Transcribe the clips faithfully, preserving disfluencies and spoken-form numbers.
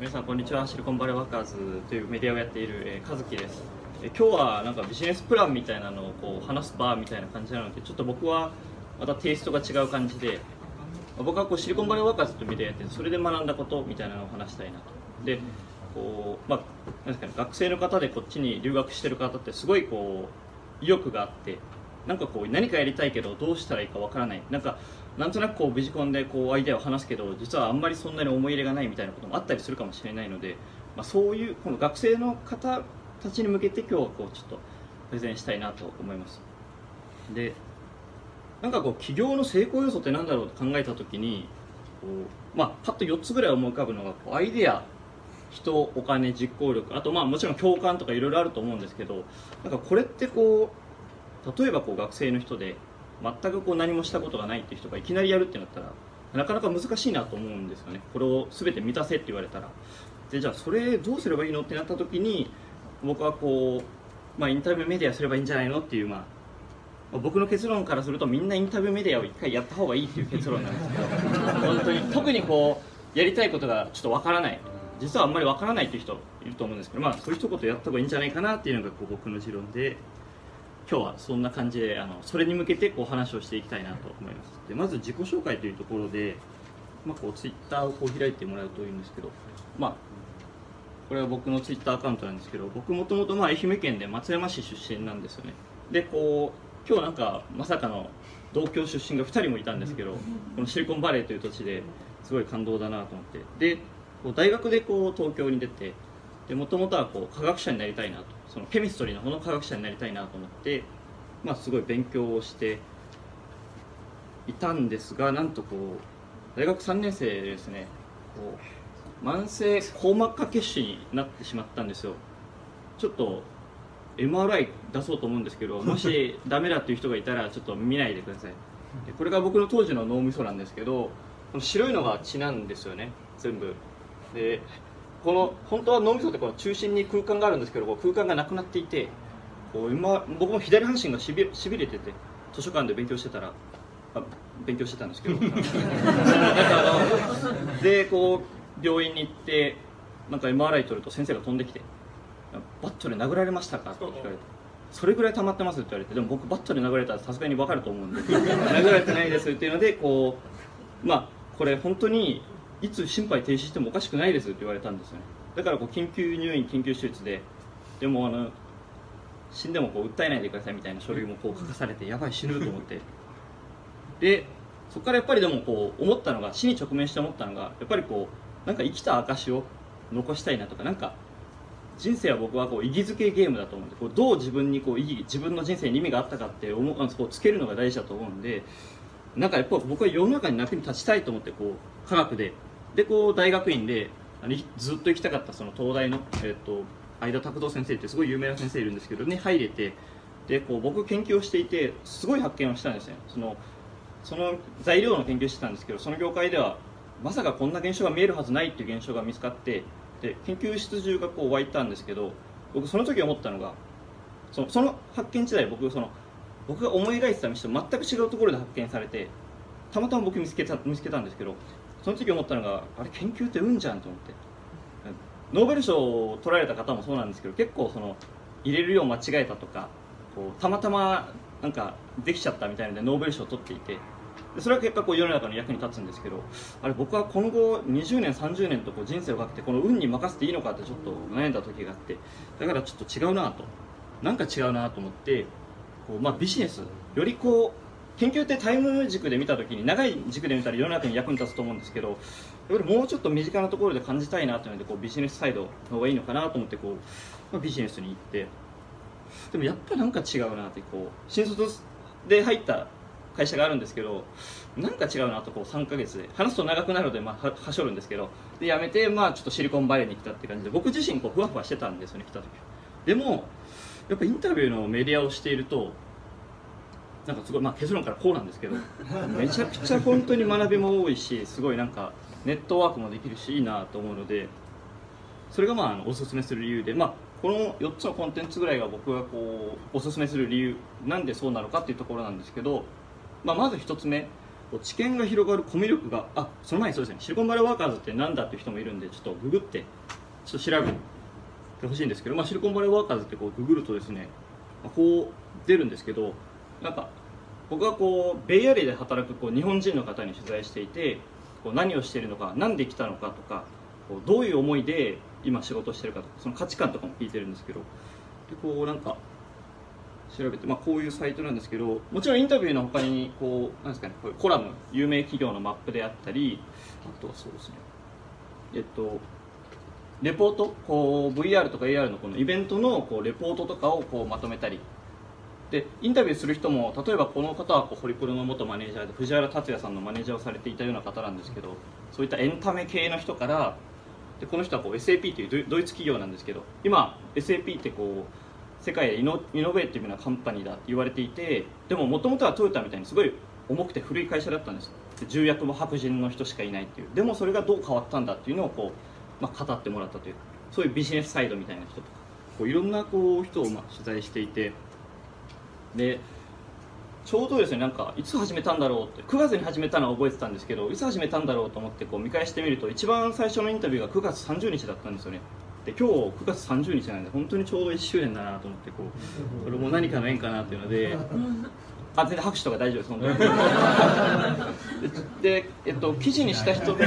皆さんこんにちは。シリコンバレーワーカーズというメディアをやっている、えー、和樹です。えー、今日はなんかビジネスプランみたいなのをこう話す場みたいな感じなので、ちょっと僕はまたテイストが違う感じで、僕はこうシリコンバレーワーカーズというメディアをやって、それで学んだことみたいなのを話したいなと。でこう、まあ、なんですかね、学生の方でこっちに留学してる方ってすごいこう意欲があって、なんかこう何かやりたいけどどうしたらいいかわからない、なんかなんとなくこうビジコンでこうアイデアを話すけど実はあんまりそんなに思い入れがないみたいなこともあったりするかもしれないので、まあ、そういうこの学生の方たちに向けて今日はこうちょっとプレゼンしたいなと思います。でなんかこう起業の成功要素って何だろうと考えた時にこう、まあ、パッとよっつぐらい思い浮かぶのがこうアイデア、人、お金、実行力、あとまあもちろん共感とかいろいろあると思うんですけど、なんかこれってこう例えばこう学生の人で全くこう何もしたことがないっていう人がいきなりやるってなったらなかなか難しいなと思うんですよね。これを全て満たせって言われたら、でじゃあそれどうすればいいのってなった時に僕はこう、まあ、インタビューメディアすればいいんじゃないのっていう、まあ、まあ僕の結論からするとみんなインタビューメディアを一回やった方がいいっていう結論なんですけど本当に特にこうやりたいことがちょっとわからない、実はあんまりわからないっていう人いると思うんですけど、まあ、そういう一言やった方がいいんじゃないかなっていうのがこう僕の持論で、今日はそんな感じであのそれに向けてこう話をしていきたいなと思います。でまず自己紹介というところで、まあ、こうツイッターをこう開いてもらうといいんですけど、まあ、これは僕のツイッターアカウントなんですけど、僕もともと愛媛県で松山市出身なんですよね。でこう今日なんかまさかの同郷出身がふたりもいたんですけど、このシリコンバレーという土地ですごい感動だなと思って、でこう大学でこう東京に出て、もともとはこう科学者になりたいなと、そのケミストリーの方の科学者になりたいなと思って、まあ、すごい勉強をしていたんですが、なんとこう大学さんねん生でですね、こう慢性硬膜下血腫になってしまったんですよ。ちょっと エムアールアイ 出そうと思うんですけど、もしダメだっていう人がいたらちょっと見ないでください。でこれが僕の当時の脳みそなんですけど、この白いのが血なんですよね、全部。でこの本当は脳みそってこの中心に空間があるんですけど、こう空間がなくなっていて、こう今僕も左半身がしびしびれてて、図書館で勉強してたらあ勉強してたんですけどなんかあのでこう病院に行ってなんか エムアールアイ 取ると先生が飛んできて「バットで殴られましたか?」って聞かれて「それぐらい溜まってます」って言われて、でも僕バットで殴られたらさすがに分かると思うんで「殴られてないです」っていうので、こうまあこれ本当にいつ心肺停止してもおかしくないですって言われたんですよね。だからこう緊急入院緊急手術で、でもあの死んでもこう訴えないでくださいみたいな書類もこう書かされて、やばい死ぬと思ってでそこからやっぱりでもこう思ったのが、死に直面して思ったのが、やっぱりこうなんか生きた証を残したいなとか、なんか人生は僕はこう意義づけゲームだと思うんで、こうどう自分にこう意義、自分の人生に意味があったかって思う、こうつけるのが大事だと思うんで、なんかやっぱ僕は世の中に楽に立ちたいと思って、こう科学ででこう大学院でずっと行きたかったその東大の、えー、と相田拓三先生ってすごい有名な先生いるんですけどに入れて、でこう僕研究をしていてすごい発見をしたんですね。そのその材料の研究してたんですけど、その業界ではまさかこんな現象が見えるはずないっていう現象が見つかって、で研究室中がこう湧いたんですけど、僕その時思ったのが、そのその発見自体僕その僕が思い描いてた道と全く違うところで発見されて、たまたま僕見つけた見つけたんですけど、その時思ったのが、あれ研究って運じゃんと思って、ノーベル賞を取られた方もそうなんですけど、結構その入れる量間違えたとか、こうたまたまなんかできちゃったみたいなのでノーベル賞を取っていて、でそれは結果こう世の中の役に立つんですけど、あれ僕は今後にじゅうねんさんじゅうねんとこう人生をかけてこの運に任せていいのかってちょっと悩んだ時があって、だからちょっと違うなと、なんか違うなと思って、こう、まあ、ビジネスよりこう研究ってタイム軸で見た時に長い軸で見たら世の中に役に立つと思うんですけど、やっぱりもうちょっと身近なところで感じたいなというので、こうビジネスサイドの方がいいのかなと思ってこう、まあ、ビジネスに行って、でもやっぱりなんか違うなって、こう新卒で入った会社があるんですけど、なんか違うなとこうさんかげつで話すと長くなるので、まあ、ははしょるんですけど、で辞めて、まあ、ちょっとシリコンバレーに来たって感じで、僕自身こうふわふわしてたんですよね、来た時。でもやっぱインタビューのメディアをしていると、なんかすごい、まあ、結論からこうなんですけど、めちゃくちゃ本当に学びも多いし、すごいなんかネットワークもできるしいいなと思うので、それがまああのおすすめする理由で、まあ、このよっつのコンテンツぐらいが僕がこうおすすめする理由なんでそうなのかっていうところなんですけど、まあ、まずひとつめ、 こう知見が広がるコミュ力が、あ、その前にそうですね、シリコンバレーワーカーズってなんだっていう人もいるんで、ちょっとググってちょっと調べてほしいんですけど、まあ、シリコンバレーワーカーズってこうググるとですね、こう出るんですけど、なんか僕はこうベイエリアで働くこう日本人の方に取材していて、こう何をしているのか、何で来たのかとか、こうどういう思いで今仕事をしてるかとか、その価値観とかも聞いてるんですけど、でこうなんか調べて、まあ、こういうサイトなんですけど、もちろんインタビューの他にこうなんですかね、こういうコラム、有名企業のマップであったり、あとはそうですね、えっとレポート、こう ブイアール とか エーアール のこのイベントのこうレポートとかをこうまとめたりで、インタビューする人も、例えばこの方はこうホリプロの元マネージャーで藤原竜也さんのマネージャーをされていたような方なんですけど、そういったエンタメ系の人から、でこの人はこう エスエーピー というドイツ企業なんですけど、今 エスエーピー ってこう世界でイノイノベーティブなカンパニーだって言われていて、でももともとはトヨタみたいにすごい重くて古い会社だったんです。で重役も白人の人しかいないっていう、でもそれがどう変わったんだっていうのをこう、まあ、語ってもらったという、そういうビジネスサイドみたいな人とか、こういろんなこう人をまあ取材していて、でちょうどですね、なんかいつ始めたんだろうって、くがつに始めたのは覚えてたんですけど、いつ始めたんだろうと思ってこう見返してみると、一番最初のインタビューがくがつさんじゅうにちだったんですよね。で今日くがつさんじゅうにちなんで、本当にちょうどいっしゅうねんだなと思って、こうこれも何かの縁かなっていうので、あ、全然拍手とか大丈夫です、本当に。で、えっと、記事にした人で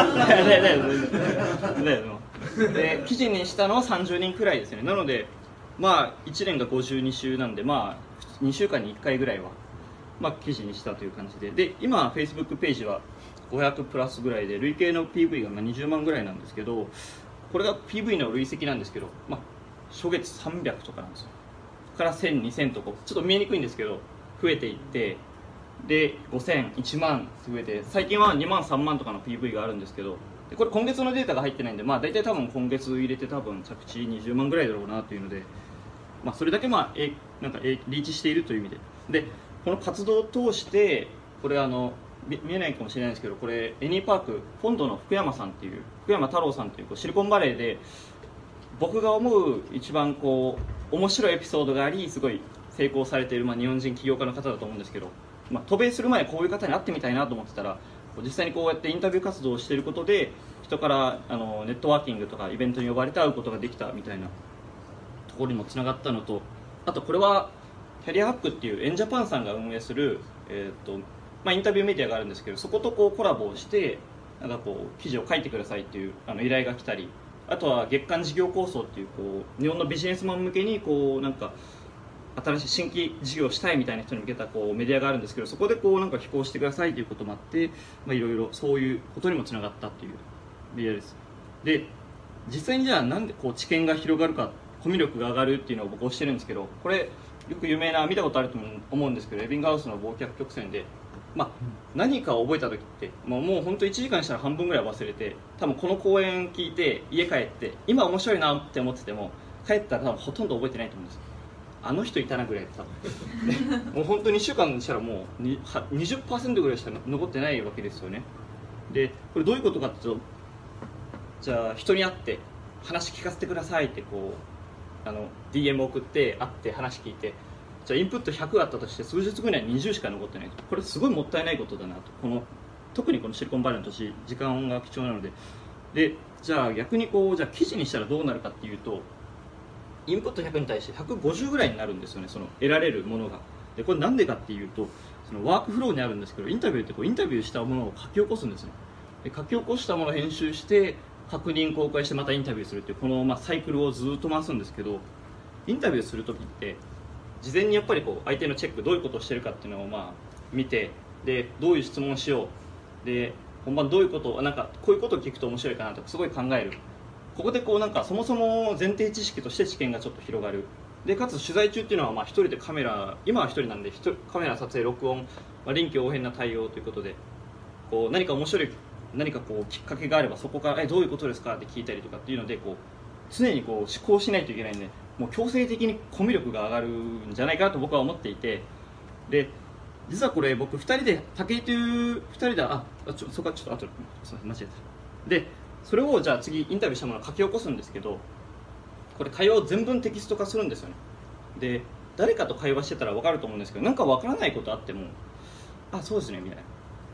で記事にしたのはさんじゅうにんくらいですね。なのでまあいちねんがごじゅうにしゅうなんで、まあにしゅうかんにいっかいぐらいは、まあ、記事にしたという感じで、で今 Facebook ページはごひゃくプラスぐらいで、累計の ピーブイ がまあにじゅうまんぐらいなんですけど、これが ピーブイ の累積なんですけど、まあ、初月さんびゃくとかなんですよ。からせん、にせんとこうちょっと見えにくいんですけど増えていって、でごせん、いちまん増えて、最近はにまん、さんまんとかの ピーブイ があるんですけど、でこれ今月のデータが入ってないんで、まあ、大体多分今月入れて多分着地にじゅうまんぐらいだろうなというので、まあ、それだけまあえなんかえリーチしているという意味で、でこの活動を通して、これあの見えないかもしれないんですけど、これエニーパークフォンドの福山さんっていう、福山太郎さんっていう、こうシリコンバレーで僕が思う一番こう面白いエピソードがあり、すごい成功されている、まあ、日本人起業家の方だと思うんですけど、まあ、渡米する前こういう方に会ってみたいなと思ってたら、実際にこうやってインタビュー活動をしていることで、人からあのネットワーキングとかイベントに呼ばれて会うことができたみたいなところにもつながったのと、あとこれはキャリアハックっていうエンジャパンさんが運営する、えーとまあ、インタビューメディアがあるんですけど、そことこうコラボをしてなんかこう記事を書いてくださいっていうあの依頼が来たり、あとは月間事業構想っていう、こう日本のビジネスマン向けにこうなんか新しい新規事業をしたいみたいな人に向けたこうメディアがあるんですけど、そこでこうなんか寄稿してくださいということもあって、まあ、いろいろそういうことにもつながったっていうメディアです。で実際にじゃあなんでこう知見が広がるか、コミュ力が上がるっていうのを僕はしてるんですけど、これよく有名な、見たことあると思うんですけど、エビングハウスの忘却曲線で、まあ、何かを覚えた時って、もうもう本当いちじかんしたら半分ぐらい忘れて、多分この講演聞いて家帰って今面白いなって思ってても帰ったら多分ほとんど覚えてないと思うんです。あの人いたなぐらいで多分もう本当にいっしゅうかんにしたらもう にじゅっパーセントぐらいしか残ってないわけですよね。でこれどういうことかっていうと、じゃあ人に会って話聞かせてくださいってこうあの ディーエム 送って会って話聞いて、じゃあインプットひゃくあったとして数日後にはにじゅうしか残ってないと、これすごいもったいないことだなと、この特にこのシリコンバレーの年時間が貴重なので、でじゃあ逆にこうじゃあ記事にしたらどうなるかっていうと、インプットひゃくに対してひゃくごじゅうぐらいになるんですよね、その得られるものが。でこれなんでかっていうと、そのワークフローにあるんですけど、インタビューってこうインタビューしたものを書き起こすんですね。で書き起こしたものを編集して確認公開してまたインタビューするっていう、このまあサイクルをずっと回すんですけど、インタビューするときって事前にやっぱりこう相手のチェック、どういうことをしてるかっていうのをまあ見て、でどういう質問をしよう、で本番どういうことをなんかこういうことを聞くと面白いかなとかすごい考える。ここでこうなんかそもそも前提知識として知見がちょっと広がる。でかつ取材中っていうのはまあ一人でカメラ、今は一人なんでカメラ撮影録音、まあ、臨機応変な対応ということで、こう何か面白い何かこうきっかけがあればそこから「えどういうことですか?」って聞いたりとかっていうので、こう常にこう思考しないといけないんで、もう強制的にコミュ力が上がるんじゃないかなと僕は思っていて、で実はこれ僕ふたりで武井というふたりでああちょそこはちょっと後ですみません間違えた。でそれをじゃあ次インタビューしたものを書き起こすんですけど、これ会話を全文テキスト化するんですよね。で誰かと会話してたら分かると思うんですけど、なんか分からないことあっても「あそうですね」みたいな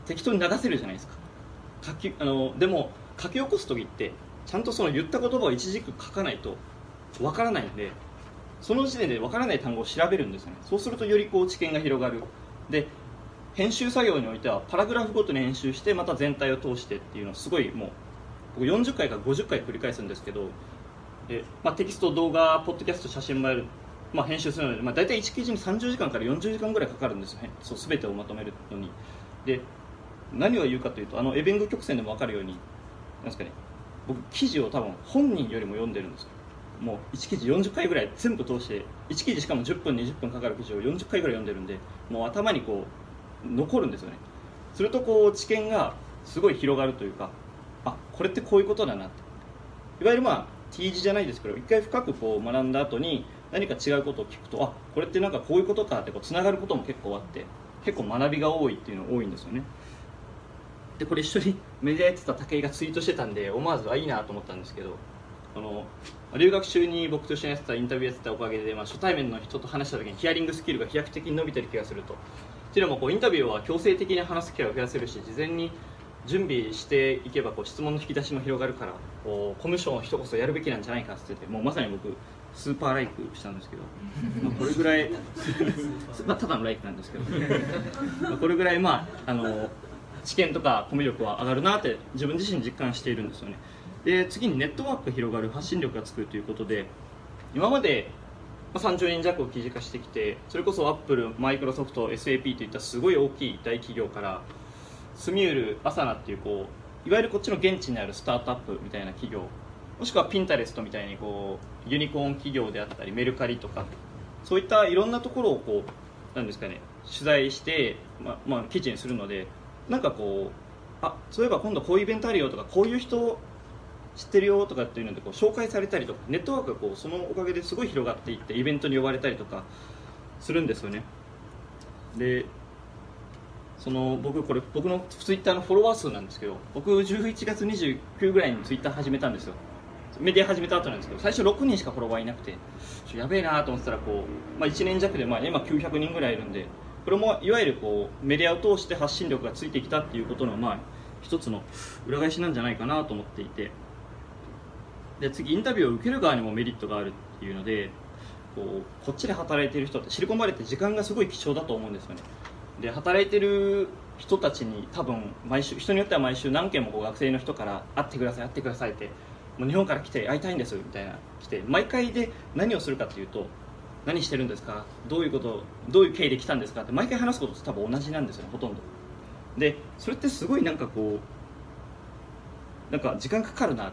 適当に流せるじゃないですか。書きあのでも書き起こす時ってちゃんとその言った言葉を一軸書かないとわからないので、その時点でわからない単語を調べるんですよね。そうするとよりこう知見が広がる。で編集作業においてはパラグラフごとに編集してまた全体を通してっていうのをすごいもう僕よんじゅっかいからごじゅっかい繰り返すんですけど、で、まあ、テキスト、動画、ポッドキャスト、写真もやる、まあ、編集するので、まあ、大体いち記事にさんじゅうじかんからよんじゅうじかんぐらいかかるんですよね、そう全てをまとめるのに。で何を言うかというと、あのエベング曲線でも分かるように、なんですかね、僕記事を多分本人よりも読んでるんですよ。もういち記事よんじゅっかいぐらい全部通して、いち記事しかもじゅっぷんにじゅっぷんかかる記事をよんじゅっかいぐらい読んでるんで、もう頭にこう残るんですよね。するとこう知見がすごい広がるというか、あ、これってこういうことだなって、いわゆるまあ T 字じゃないですけど、一回深くこう学んだ後に何か違うことを聞くと、あ、これってなんかこういうことかってこうつながることも結構あって、結構学びが多いっていうのが多いんですよね。でこれ一緒にメディアやってた武井がツイートしてたんで、思わずあいいなと思ったんですけど、あの留学中に僕と一緒にやってたインタビューやってたおかげで、まあ、初対面の人と話した時にヒアリングスキルが飛躍的に伸びてる気がすると。っていうのもこうインタビューは強制的に話す機会を増やせるし、事前に準備していけばこう質問の引き出しも広がるから、こうコミュ障の人こそやるべきなんじゃないかって言ってて、もうまさに僕スーパーライクしたんですけど、まあこれぐらいまあただのライクなんですけどまあこれぐらいまああの知見とかコミュ力は上がるなって自分自身実感しているんですよね。で次にネットワークが広がる、発信力がつくということで、今までさんじゅうにん弱を記事化してきて、それこそアップル、マイクロソフト、エスエーピー といったすごい大きい大企業から、スミュール、アサナっていうこういわゆるこっちの現地にあるスタートアップみたいな企業、もしくはピンタレストみたいにこうユニコーン企業であったりメルカリとか、そういったいろんなところをこうなんですかね、取材して、ままあ、記事にするので、なんかこう、あ、そういえば今度こういうイベントあるよとか、こういう人知ってるよとかっていうのでこう紹介されたりとか、ネットワークがこうそのおかげですごい広がっていって、イベントに呼ばれたりとかするんですよね。でその僕これ僕のツイッターのフォロワー数なんですけど、僕じゅういちがつにじゅうくにちぐらいにツイッター始めたんですよ。メディア始めた後なんですけど、最初ろくにんしかフォロワーいなくて、ちょやべえなと思ってたらこう、まあ、いちねん弱でまあ今きゅうひゃくにんぐらいいるんで、これもいわゆるこうメディアを通して発信力がついてきたっていうことのまあ一つの裏返しなんじゃないかなと思っていて、で次インタビューを受ける側にもメリットがあるっていうので、こうこっちで働いている人ってシリコンバレーって時間がすごい貴重だと思うんですよね。で働いてる人たちに多分毎週、人によっては毎週何件もこう学生の人から会ってください会ってくださいって、もう日本から来て会いたいんですみたいな来て、毎回で何をするかっていうと、何してるんですか、どういうことどういう経緯で来たんですかって毎回話すことって多分同じなんですよね、ほとんど。でそれってすごいなんかこうなんか時間かかるなって。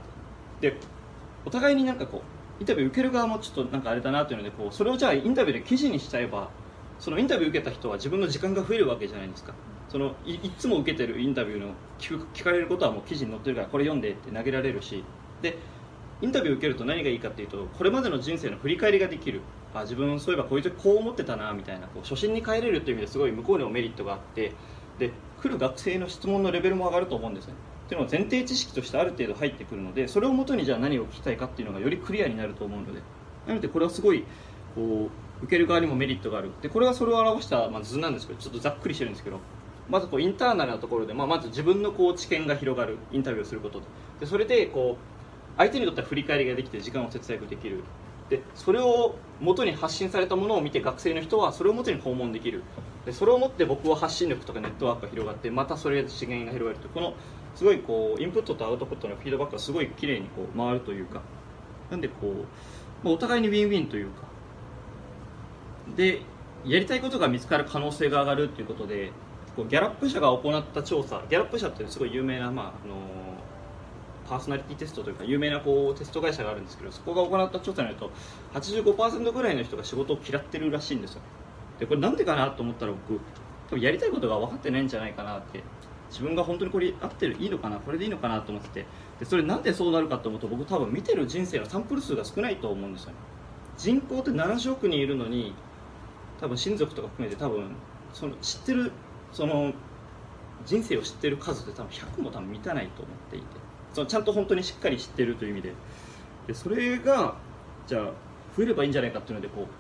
でお互いになんかこうインタビュー受ける側もちょっとなんかあれだなっていうので、こうそれをじゃあインタビューで記事にしちゃえば、そのインタビュー受けた人は自分の時間が増えるわけじゃないですか。その い, いつも受けてるインタビューの 聞, く聞かれることはもう記事に載ってるからこれ読んでって投げられるし、でインタビュー受けると何がいいかっていうと、これまでの人生の振り返りができる。あ、自分そういえばこういう時こう思ってたなみたいな、こう初心に帰れるっていう意味ですごい向こうにもメリットがあって、で来る学生の質問のレベルも上がると思うんですね。っていうのは前提知識としてある程度入ってくるので、それをもとにじゃあ何を聞きたいかっていうのがよりクリアになると思うので、なのでこれはすごいこう受ける側にもメリットがある。でこれはそれを表した、まあ、図なんですけど、ちょっとざっくりしてるんですけど、まずこうインターナルなところで、まあ、まず自分のこう知見が広がる、インタビューをすることで、でそれでこう相手にとっては振り返りができて時間を節約できる。でそれを元に発信されたものを見て学生の人はそれを元に訪問できる。でそれをもって僕は発信力とかネットワークが広がって、またそれで資源が広がるという、このすごいこうインプットとアウトプットのフィードバックがすごい綺麗にこう回るというか、なんでこう、まあ、お互いにウィンウィンというかで、やりたいことが見つかる可能性が上がるということで、こうギャラップ社が行った調査、ギャラップ社ってすごい有名な、まあ、あのパーソナリティテストというか有名なこうテスト会社があるんですけど、そこが行った調査によると はちじゅうごパーセント ぐらいの人が仕事を嫌ってるらしいんですよ。でこれなんでかなと思ったら、僕多分やりたいことが分かってないんじゃないかなって、自分が本当にこれ合ってる、いいのかな、これでいいのかなと思ってて、でそれなんでそうなるかと思うと、僕多分見てる人生のサンプル数が少ないと思うんですよね。人口ってななじゅうおくにんいるのに、多分親族とか含めて多分その知ってるその人生を知ってる数って多分ひゃくも多分満たないと思っていて、そのちゃんと本当にしっかり知ってるという意味で、でそれがじゃあ増えればいいんじゃないかっていうので、こう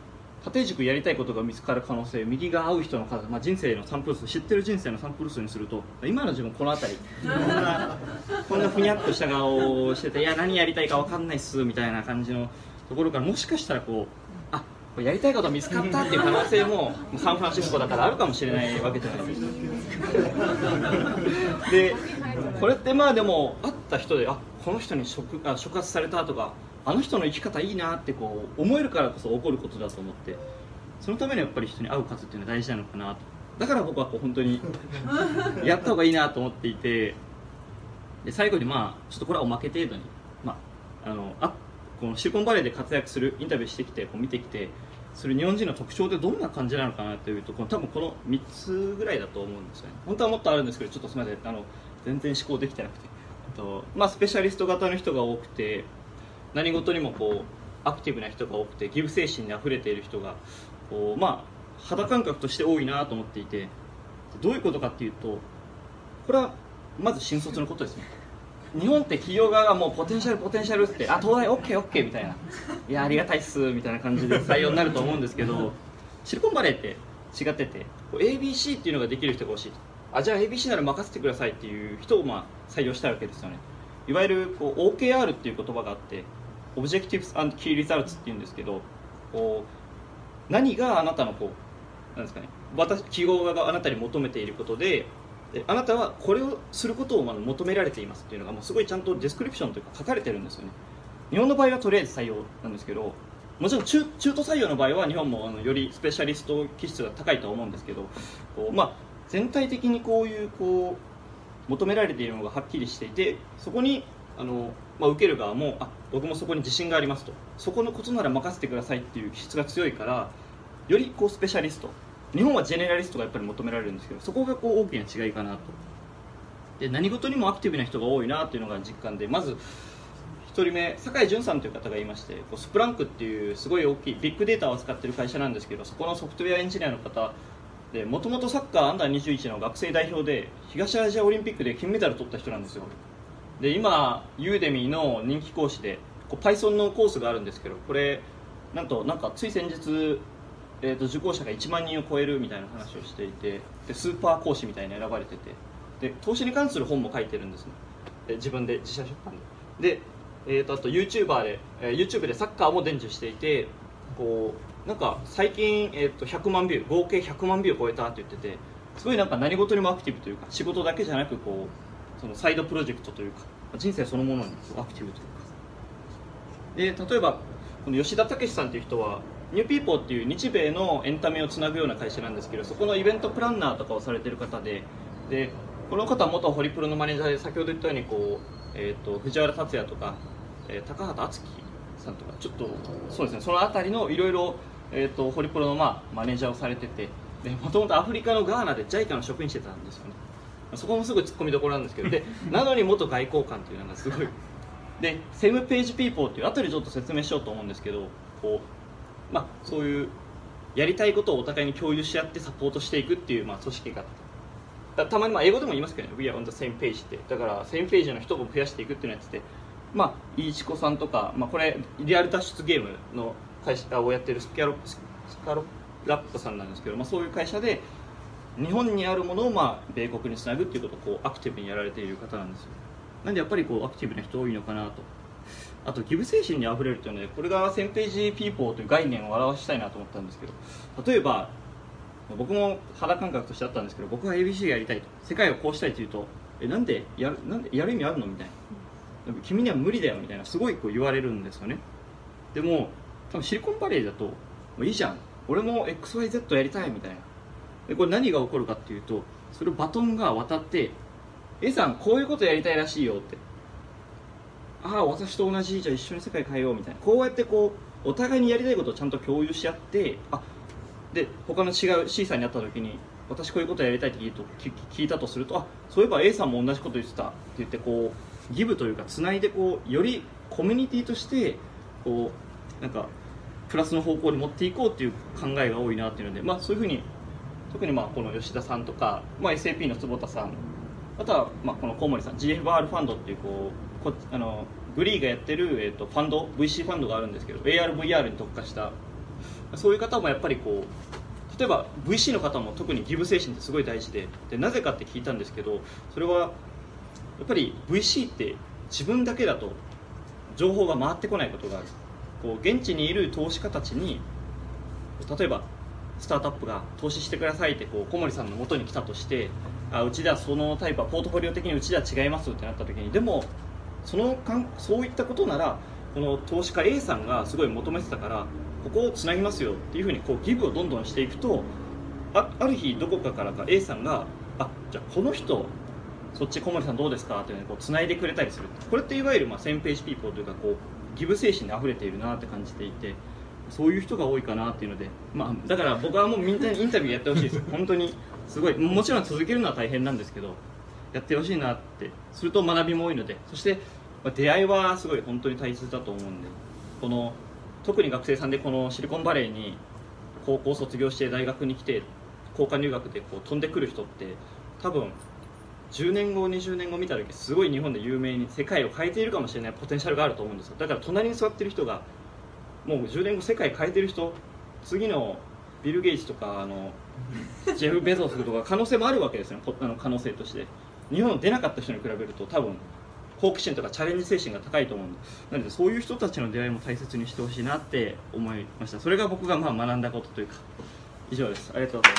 縦軸やりたいことが見つかる可能性、右が合う人の数、まあ、人生のサンプル数、知ってる人生のサンプル数にすると、今の自分この辺りこんなこんなふにゃっとした顔をしてて、いや何やりたいか分かんないっすみたいな感じのところから、もしかしたらこうあこれやりたいこと見つかったっていう可能性もサンフランシスコだからあるかもしれないわけじゃないですか。でこれってまあでも会った人で、あこの人に触あ触発されたとか、あの人の生き方いいなってこう思えるからこそ起こることだと思って、そのためにやっぱり人に会う数っていうのは大事なのかなと。だから僕はこう本当にやった方がいいなと思っていて、で最後にまあちょっとこれはおまけ程度に、まあ、あのあこのシリコンバレーで活躍するインタビューしてきてこう見てきてする日本人の特徴ってどんな感じなのかなというと、この多分このみっつぐらいだと思うんですよね。本当はもっとあるんですけど、ちょっとすみません、あの全然思考できてなくて、と、まあ、スペシャリスト型の人が多くて、何事にもこうアクティブな人が多くて、ギブ精神にあふれている人がこう、まあ、肌感覚として多いなと思っていて、どういうことかっていうと、これはまず新卒のことですね。日本って企業側がもうポテンシャルポテンシャルって、あ東大 オーケーオーケー みたいな、いやありがたいっすみたいな感じで採用になると思うんですけど、シリコンバレーって違ってて、 エービーシー っていうのができる人が欲しいと、あじゃあ エービーシー なら任せてくださいっていう人をまあ採用したわけですよね。いわゆるこう オーケーアール っていう言葉があって、オブジェクティブス&キーリザルツっていうんですけど、こう何があなたのこうなんですかね、私企業側があなたに求めていることで、であなたはこれをすることをまあ求められていますっていうのがもうすごいちゃんとディスクリプションというか書かれてるんですよね。日本の場合はとりあえず採用なんですけど、もちろん 中, 中途採用の場合は日本もあのよりスペシャリスト気質が高いとは思うんですけど、こう、まあ、全体的にこういうこう求められているのがはっきりしていて、そこにあの、まあ、受ける側もあ僕もそこに自信がありますと、そこのことなら任せてくださいっていう気質が強いから、よりこうスペシャリスト、日本はジェネラリストがやっぱり求められるんですけど、そこがこう大きな違いかなと。で何事にもアクティブな人が多いなというのが実感で、まずひとりめ酒井淳さんという方がいまして、こうスプランクっていうすごい大きいビッグデータを扱っている会社なんですけど、そこのソフトウェアエンジニアの方で、もともとサッカーアンダーにじゅういちの学生代表で東アジアオリンピックで金メダル取った人なんですよ。で今ユーデミーの人気講師でこう Python のコースがあるんですけど、これなんとなんかつい先日えー、と受講者がいちまんにんを超えるみたいな話をしていて、でスーパー講師みたいに選ばれてて、で投資に関する本も書いてるんですね、で自分で自社出版で。で、えー、とあと YouTuber で、えー、YouTube でサッカーも伝授していて、こうなんか最近、えー、とひゃくまんビュー、合計ひゃくまんビューを超えたって言ってて、すごいなんか何事にもアクティブというか、仕事だけじゃなくこうそのサイドプロジェクトというか人生そのものにアクティブというか。で例えばこの吉田武さんという人はニューピーポーっていう日米のエンタメをつなぐような会社なんですけど、そこのイベントプランナーとかをされている方で、でこの方は元ホリプロのマネージャーで、先ほど言ったようにこう、えー、と藤原竜也とか、えー、高畑敦樹さんとか、ちょっとそうですね、その辺りのいろいろホリプロの、まあ、マネージャーをされてて、もともとアフリカのガーナで ジャイカ の職員してたんですよね。そこもすごいツッコミどころなんですけど、でなのに元外交官っていうのがすごいでセムページピーポーっていう、後でちょっと説明しようと思うんですけど、こうまあ、そういうやりたいことをお互いに共有し合ってサポートしていくっていう、まあ、組織があって、たまにまあ英語でも言いますけどね、 We are on the same page って、だからセームページの人を増やしていくっていうのをやってて、まあイーチコさんとか、まあ、これリアル脱出ゲームの会社をやってるスキャロスカロラップさんなんですけど、まあ、そういう会社で日本にあるものをまあ米国につなぐっていうことをこうアクティブにやられている方なんですよ。なんでやっぱりこうアクティブな人多いのかなと。あとギブ精神にあふれるというので、これがせんページピーポーという概念を表したいなと思ったんですけど、例えば僕も肌感覚としてあったんですけど、僕は エービーシー やりたいと、世界をこうしたいというと、えなんでやるなんでやる意味あるのみたいな、君には無理だよみたいな、すごいこう言われるんですよね。でも多分シリコンバレーだともういいじゃん、俺も エックスワイゼット やりたいみたいな。でこれ何が起こるかっていうと、それをバトンが渡って A さんこういうことやりたいらしいよって、ああ私と同じ、じゃあ一緒に世界変えようみたいな、こうやってこうお互いにやりたいことをちゃんと共有し合って、あで他の違う C さんに会った時に、私こういうことやりたいって聞いと聞いたとすると、あそういえば A さんも同じこと言ってたって言って、こうギブというかつないで、こうよりコミュニティとしてこうなんかプラスの方向に持っていこうっていう考えが多いなっていうので、まあ、そういうふうに特にまあこの吉田さんとか、まあ、エスエーピー の坪田さん、あとはまあこの小森さん ジーエフアール ファンドっていうこうこあのグリーがやってる、えー、とファンド ブイシー ファンドがあるんですけど、 エーアールブイアール に特化したそういう方もやっぱりこう例えば ブイシー の方も特にギブ精神ってすごい大事で、でなぜかって聞いたんですけど、それはやっぱり ブイシー って自分だけだと情報が回ってこないことがある。こう現地にいる投資家たちに例えばスタートアップが投資してくださいってこう小森さんの元に来たとして、あうちではそのタイプはポートフォリオ的にうちでは違いますってなった時に、でもそのかんそういったことならこの投資家 A さんがすごい求めてたからここをつなぎますよっていうふうにこうギブをどんどんしていくと、 あ, ある日どこかからか A さんがあじゃあこの人そっち小森さんどうですかっていうのにこうつないでくれたりする。これっていわゆるまあせんページピーポーというかこうギブ精神で溢れているなって感じていて、そういう人が多いかなっていうので、まあ、だから僕はもうみんなにインタビューやってほしいです本当にすごい、もちろん続けるのは大変なんですけどやってほしいなって。すると学びも多いので、そしてまあ出会いはすごい本当に大切だと思うんで、この特に学生さんでこのシリコンバレーに高校卒業して大学に来て交換留学でこう飛んでくる人って多分じゅうねんごにじゅうねんご見た時すごい日本で有名に世界を変えているかもしれないポテンシャルがあると思うんですよ。だから隣に座ってる人がもうじゅうねんご世界変えてる人、次のビル・ゲイツとかあのジェフ・ベゾスとか可能性もあるわけですよ、あの可能性として。日本の出なかった人に比べると多分好奇心とかチャレンジ精神が高いと思うんで、なのでそういう人たちの出会いも大切にしてほしいなって思いました。それが僕がまあ学んだことというか。以上です。ありがとうございます。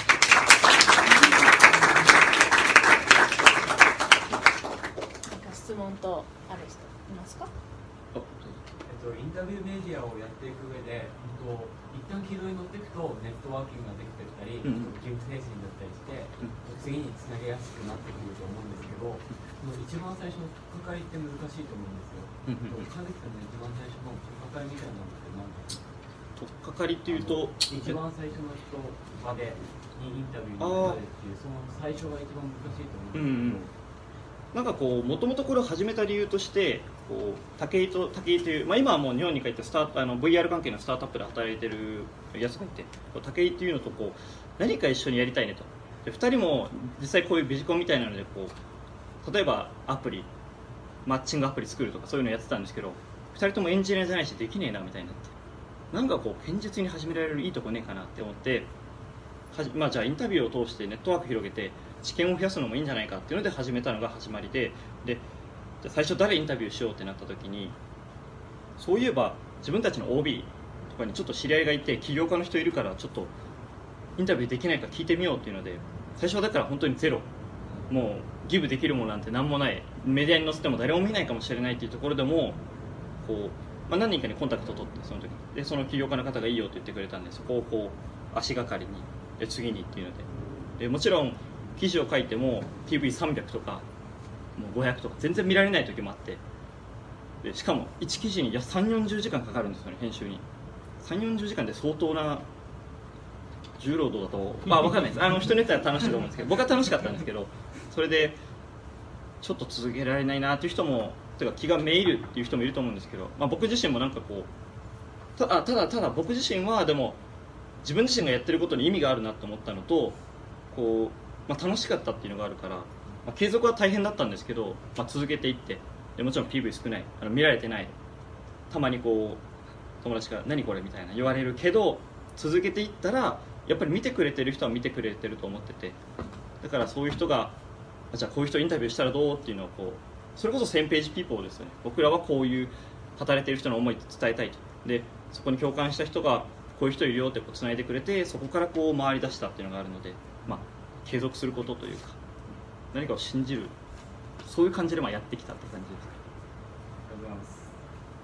質問とある人いますか？ えっと、インタビューメディアをやっていく上で、本当一旦軌道に乗っていくとネットワーキングができてきたり、うん、ギブ精神だったりして、うん、次につなげやすくなってくると思うんですけど、その一番最初の取っかかりって難しいと思うんですよ。うん、かずきさんの一番最初の取っかかりみたいなのって何ですか？ 取っかかりっていうと一番最初の人までにインタビューに行くまでっていう、その最初が一番難しいと思うんですけど、うんうん、 なんかこうもともとこれを始めた理由としてこう武井と武井という、まあ、今はもう日本に帰ってスターあの ブイアール 関係のスタートアップで働いてるやつがいて、武井というのとこう何か一緒にやりたいねと。でふたりも実際こういうビジコンみたいなのでこう例えばアプリマッチングアプリ作るとかそういうのやってたんですけど、ふたりともエンジニアじゃないしできねえなみたいになって、なんかこう堅実に始められるいいとこねえかなって思って、はじ、まあ、じゃあインタビューを通してネットワーク広げて知見を増やすのもいいんじゃないかっていうので始めたのが始まりで、でじゃ最初誰インタビューしようってなった時に、そういえば自分たちの オービー とかにちょっと知り合いがいて起業家の人いるからちょっとインタビューできないか聞いてみようっていうので、最初はだから本当にゼロ、もうギブできるものなんて何もない、メディアに載せても誰も見ないかもしれないっていうところでもこう、まあ、何人かにコンタクトを取って、その時でその起業家の方がいいよって言ってくれたんで、そこをこう足がかりにで次にっていうので、でもちろん記事を書いても ピーブイさんびゃく とかもうごひゃくとか全然見られない時もあって、でしかもいち記事にさんじゅうよんじゅうじかんかかるんですよね、編集に。さんじゅうよんじゅうじかんで相当な重労働だと、まあ分かんないです、あの人によっては楽しいと思うんですけど僕は楽しかったんですけど、それでちょっと続けられないなっていう人も、てか気がめいるっていう人もいると思うんですけど、まあ、僕自身もなんかこう た, ただただ僕自身はでも自分自身がやってることに意味があるなと思ったのと、こう、まあ、楽しかったっていうのがあるから、まあ、継続は大変だったんですけど、まあ、続けていって、でもちろん ピーブイ 少ない、あの見られてない、たまにこう友達から何これみたいな言われるけど、続けていったらやっぱり見てくれてる人は見てくれてると思ってて、だからそういう人がじゃあこういう人インタビューしたらどうっていうのをこう、それこそせんページピーポーですよね。僕らはこういう働いてる人の思いって伝えたいと、でそこに共感した人がこういう人いるよってこうつないでくれて、そこからこう回り出したっていうのがあるので、まあ、継続することというか何かを信じる、そういう感じでまあやってきたって感じです。 ありがとうございます。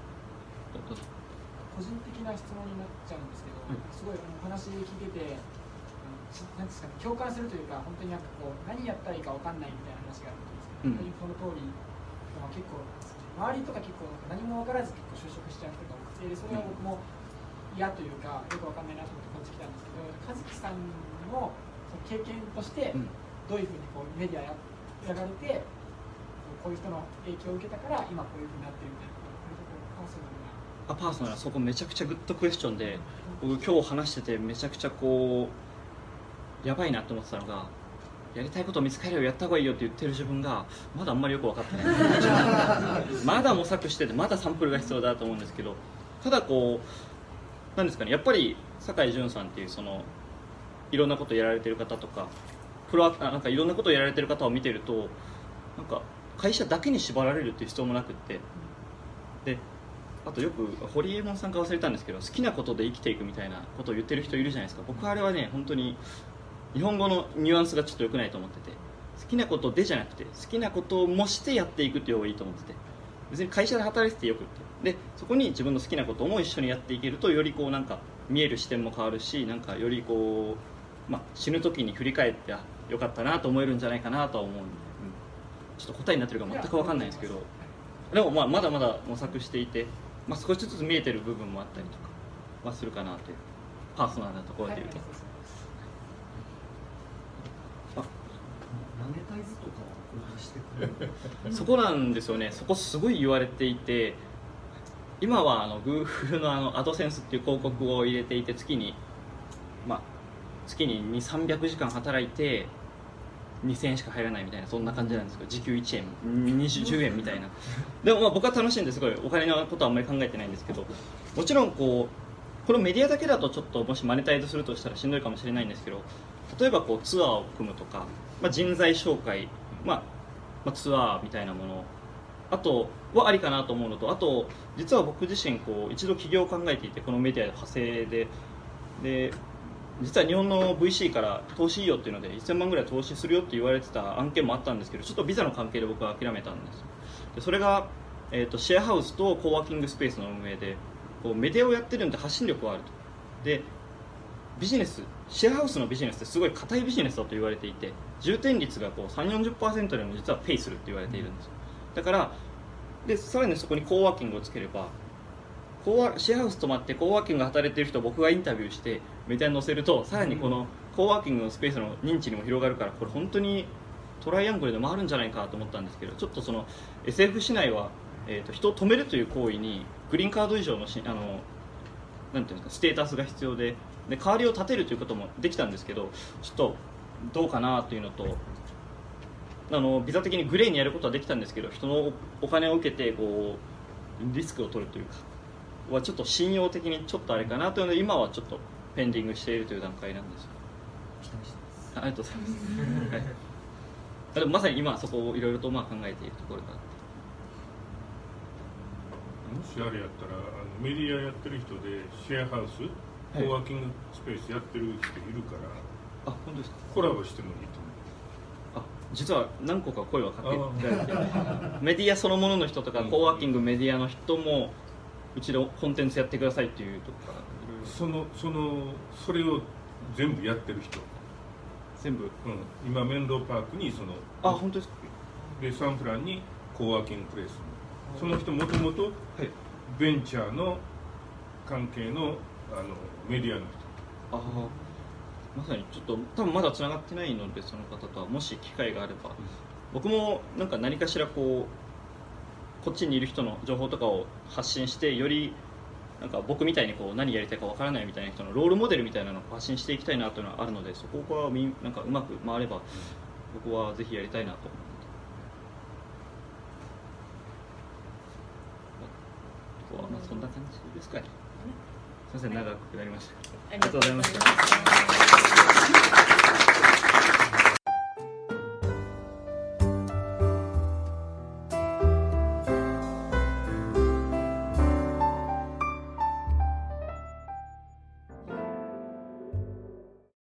個人的な質問になっちゃうんですけど、うん、すごいお話聞いてて、なんですかね、共感するというか、本当になんかこう何やったらいいか分かんないみたいな話があるんですけど、うん、本当にその通り、まあ、結構周りとか結構何も分からず結構就職しちゃう人が多くて、それは僕も嫌というかよく分かんないなと思ってこっち来たんですけど、和樹さんのその経験としてどういうふうにこうメディアややられて、こういう人の影響を受けたから今こういうふうになってるみたいな、こういうところパーソナルな。 あ、パーソナル、そこめちゃくちゃグッドクエスチョンで、僕今日話しててめちゃくちゃこうやばいなって思ってたのが、やりたいこと見つかれよ、やった方がいいよって言ってる自分がまだあんまりよく分かってないまだ模索してて、まだサンプルが必要だと思うんですけど、ただこうなんですかね、やっぱり酒井淳さんっていうそのいろんなことをやられてる方とかプロあなんかいろんなことをやられてる方を見てると、なんか会社だけに縛られるっていう必要もなくって、であとよく堀江門さんか忘れたんですけど、好きなことで生きていくみたいなことを言ってる人いるじゃないですか。僕はあれはね、本当に日本語のニュアンスがちょっと良くないと思ってて、好きなことでじゃなくて好きなことをもしてやっていくっていう方がいいと思ってて、別に会社で働いててよくって、でそこに自分の好きなことも一緒にやっていけると、よりこうなんか見える視点も変わるし、なんかよりこう、まあ、死ぬ時に振り返ってあよかったなと思えるんじゃないかなとは思うんで、うん、ちょっと答えになってるか全く分かんないんですけど、でもまあまだまだ模索していて、まあ、少しずつ見えてる部分もあったりとか、まあ、するかなというパーソナルなところでいうと、あマネタイズとかはこうしてくれるそこなんですよね。そこすごい言われていて、今はあの Google のあの アドセンス っていう広告を入れていて、月に、まあ、月ににせんさんびゃくじかん働いてにせんえんしか入らないみたいな、そんな感じなんですけど、時給いちえんにじゅうえんみたいな。でもまあ僕は楽しいんですごいお金のことはあんまり考えてないんですけど、もちろんこうこのメディアだけだとちょっともしマネタイズするとしたらしんどいかもしれないんですけど、例えばこうツアーを組むとか、まあ、人材紹介、まあまあ、ツアーみたいなもの、あとはありかなと思うのと、あと実は僕自身こう一度起業を考えていて、このメディアで派生でで実は日本の ブイシー から投資いいよっていうのでせんまんぐらい投資するよって言われてた案件もあったんですけど、ちょっとビザの関係で僕は諦めたんです。でそれが、えーと、シェアハウスとコーワーキングスペースの運営で、こうメディアをやってるんで発信力はあると。でビジネスシェアハウスのビジネスってすごい硬いビジネスだと言われていて、重点率がこう さんじゅうよんじゅっパーセント でも実はペイするって言われているんですよ。だからでさらにそこにコーワーキングをつければ、コーワシェアハウス泊まってコーワーキング働いてる人を僕がインタビューしてメディアに載せると、さらにこのコーワーキングのスペースの認知にも広がるから、これ本当にトライアングルで回るんじゃないかと思ったんですけど、ちょっとその エスエフ 市内は、えー、と人を止めるという行為にグリーンカード以上のしあのなんていうんですか、ステータスが必要で、で代わりを立てるということもできたんですけど、ちょっとどうかなというのと、あのビザ的にグレーにやることはできたんですけど、人のお金を受けてこうリスクを取るというかはちょっと信用的にちょっとあれかなというので、今はちょっとペンディングしているという段階なんですよ。 期待してます。 あありがとうございます、はい、でもまさに今そこをいろいろとまあ考えているところがあって、 もしあれやったらあのメディアやってる人でシェアハウス、コーワーキングスペースやってる人いるから、 あ本当ですか。 コラボしてもいいと思う。 あ実は何個か声はかけられてメディアそのものの人とか、コーワーキングメディアの人もうちのコンテンツやってくださいっていうところからいろいろそのそのそれを全部やってる人、 全部、 うん、今メンローパークにそのあ本当ですか。 でサンフランにコーワーキングプレイス、その人もともとはいベンチャーの関係のあのメディアの人。 ああまさにちょっと多分まだつながってないので、その方とはもし機会があれば、僕もなんか何かしらこうこっちにいる人の情報とかを発信して、よりなんか僕みたいにこう何やりたいかわからないみたいな人のロールモデルみたいなのを発信していきたいなというのはあるので、そこはみなんかうまく回れば僕はぜひやりたいなと思って。あとはまあそんな感じですかね。すみません長くなりました。 ありがとうございました。 ありがとうございました。